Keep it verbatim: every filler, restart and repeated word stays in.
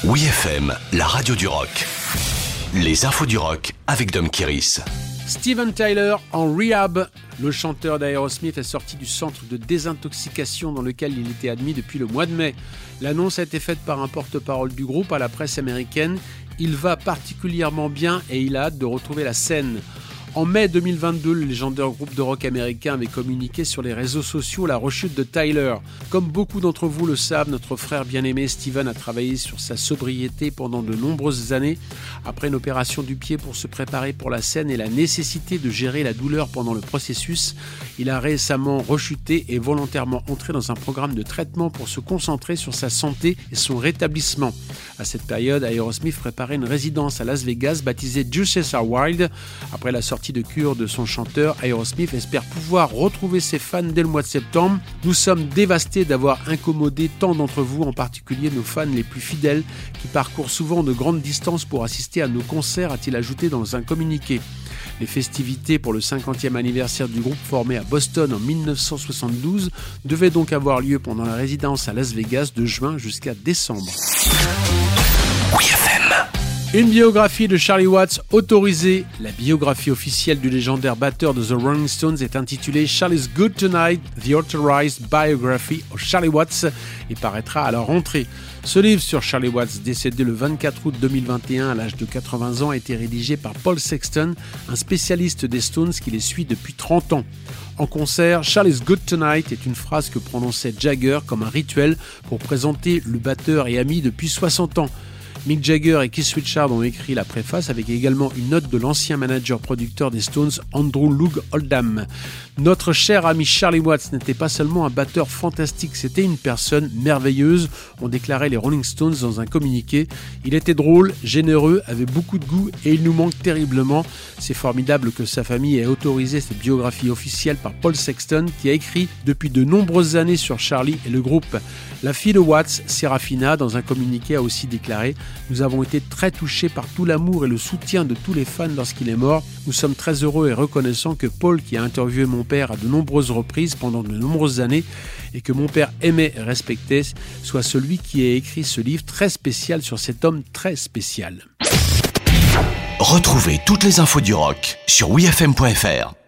Oui F M, la radio du rock. Les infos du rock avec Dom Kiris. Steven Tyler en rehab. Le chanteur d'Aerosmith est sorti du centre de désintoxication dans lequel il était admis depuis le mois de mai. L'annonce a été faite par un porte-parole du groupe à la presse américaine. Il va particulièrement bien et il a hâte de retrouver la scène. En mai deux mille vingt-deux, le légendaire groupe de rock américain avait communiqué sur les réseaux sociaux la rechute de Tyler. Comme beaucoup d'entre vous le savent, notre frère bien-aimé Steven a travaillé sur sa sobriété pendant de nombreuses années. Après une opération du pied pour se préparer pour la scène et la nécessité de gérer la douleur pendant le processus, il a récemment rechuté et volontairement entré dans un programme de traitement pour se concentrer sur sa santé et son rétablissement. À cette période, Aerosmith préparait une résidence à Las Vegas baptisée Justice Are Wild. Après la sortie de cure de son chanteur, Aerosmith espère pouvoir retrouver ses fans dès le mois de septembre. Nous sommes dévastés d'avoir incommodé tant d'entre vous, en particulier nos fans les plus fidèles, qui parcourent souvent de grandes distances pour assister à nos concerts, a-t-il ajouté dans un communiqué. Les festivités pour le cinquantième anniversaire du groupe formé à Boston en dix-neuf cent soixante-douze devaient donc avoir lieu pendant la résidence à Las Vegas de juin jusqu'à décembre. Oui F M. Une biographie de Charlie Watts autorisée. La biographie officielle du légendaire batteur de The Rolling Stones est intitulée Charlie's Good Tonight, The Authorized Biography of Charlie Watts et paraîtra à la rentrée. Ce livre sur Charlie Watts, décédé le vingt-quatre août deux mille vingt et un à l'âge de quatre-vingts ans, a été rédigé par Paul Sexton, un spécialiste des Stones qui les suit depuis trente ans. En concert, Charlie's Good Tonight est une phrase que prononçait Jagger comme un rituel pour présenter le batteur et ami depuis soixante ans. Mick Jagger et Keith Richards ont écrit la préface avec également une note de l'ancien manager-producteur des Stones, Andrew Loog Oldham. Notre cher ami Charlie Watts n'était pas seulement un batteur fantastique, c'était une personne merveilleuse, ont déclaré les Rolling Stones dans un communiqué. Il était drôle, généreux, avait beaucoup de goût et il nous manque terriblement. C'est formidable que sa famille ait autorisé cette biographie officielle par Paul Sexton qui a écrit depuis de nombreuses années sur Charlie et le groupe. La fille de Watts, Serafina, dans un communiqué a aussi déclaré « Nous avons été très touchés par tout l'amour et le soutien de tous les fans lorsqu'il est mort. Nous sommes très heureux et reconnaissants que Paul, qui a interviewé mon père à de nombreuses reprises pendant de nombreuses années et que mon père aimait et respectait, soit celui qui a écrit ce livre très spécial sur cet homme très spécial. » Retrouvez toutes les infos du rock sur oui f m point f r.